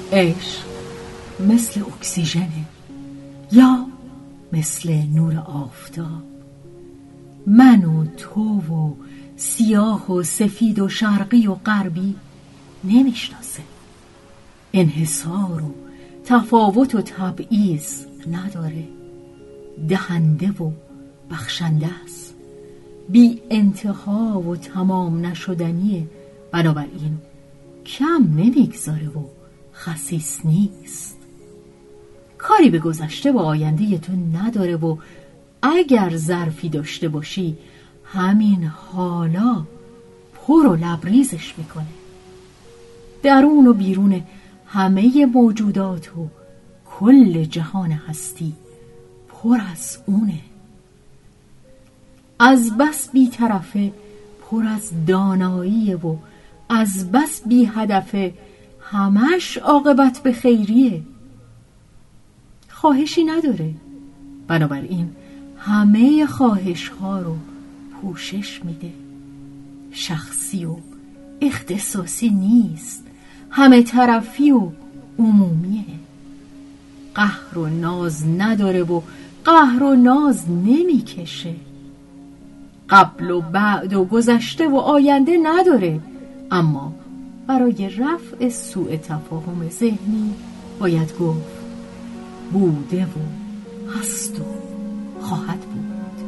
عشق مثل اکسیژنه یا مثل نور آفتاب. من و تو و سیاه و سفید و شرقی و غربی نمیشناسه. انحصار و تفاوت و تبعیض نداره. دهنده و بخشنده است. بی انتها و تمام نشدنیه. بنابراین کم نمیگذاره و خسیس نیست. کاری به گذشته و آینده تو نداره و اگر ظرفی داشته باشی همین حالا پر و لبریزش میکنه. درون و بیرون همه موجودات و کل جهان هستی پر از اونه. از بس بی طرفه پر از دانایی و از بس بی هدفه همش عاقبت به خیریه. خواهشی نداره. بنابراین همه خواهش ها رو پوشش میده. شخصی و اختصاصی نیست. همه طرفی و عمومیه. قهر و ناز نداره و قهر و ناز نمیکشه. قبل و بعد و گذشته و آینده نداره. اما برای رفع سوء تفاهم ذهنی باید گفت بوده و هست و خواهد بود.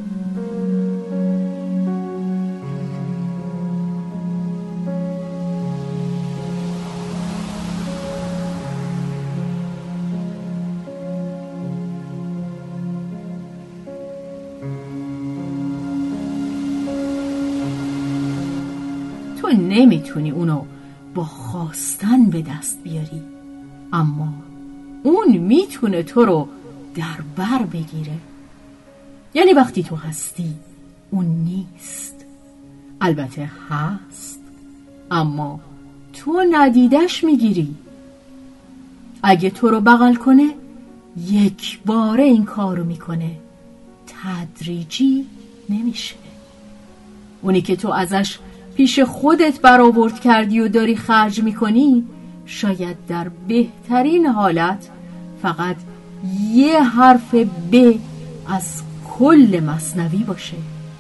تو نمیتونی اونو با خواستن به دست بیاری، اما اون میتونه تو رو در بر بگیره. یعنی وقتی تو هستی اون نیست. البته هست اما تو ندیدش میگیری. اگه تو رو بغل کنه یک باره این کارو میکنه، تدریجی نمیشه. اونی که تو ازش پیش خودت برآورد کردی و داری خرج میکنی شاید در بهترین حالت فقط یه حرف ب از کل مثنوی باشه.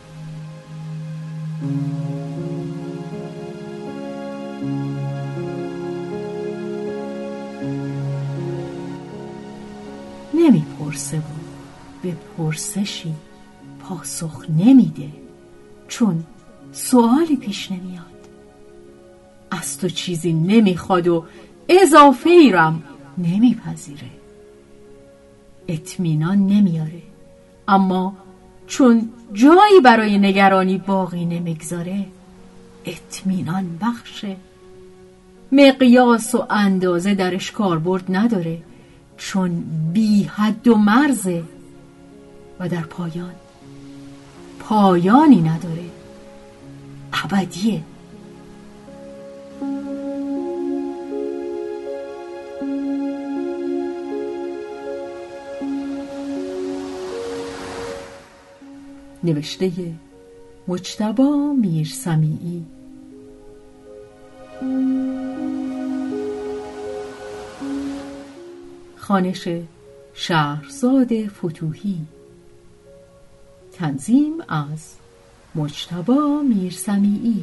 نمیپرسه و به پرسشی پاسخ نمیده، چون سوالی پیش نمیاد. از تو چیزی نمیخواد و اضافه ایرم نمیپذیره. اطمینان نمیاره، اما چون جایی برای نگرانی باقی نمیگذاره اطمینان بخشه. مقیاس و اندازه درش کاربرد نداره، چون بی حد و مرزه و در پایانی نداره، ابدیه. نوشته مجتبی میرسمیعی. خوانش شهرزاد فتوحی. تنظیم از مجتبی میرسمیعی.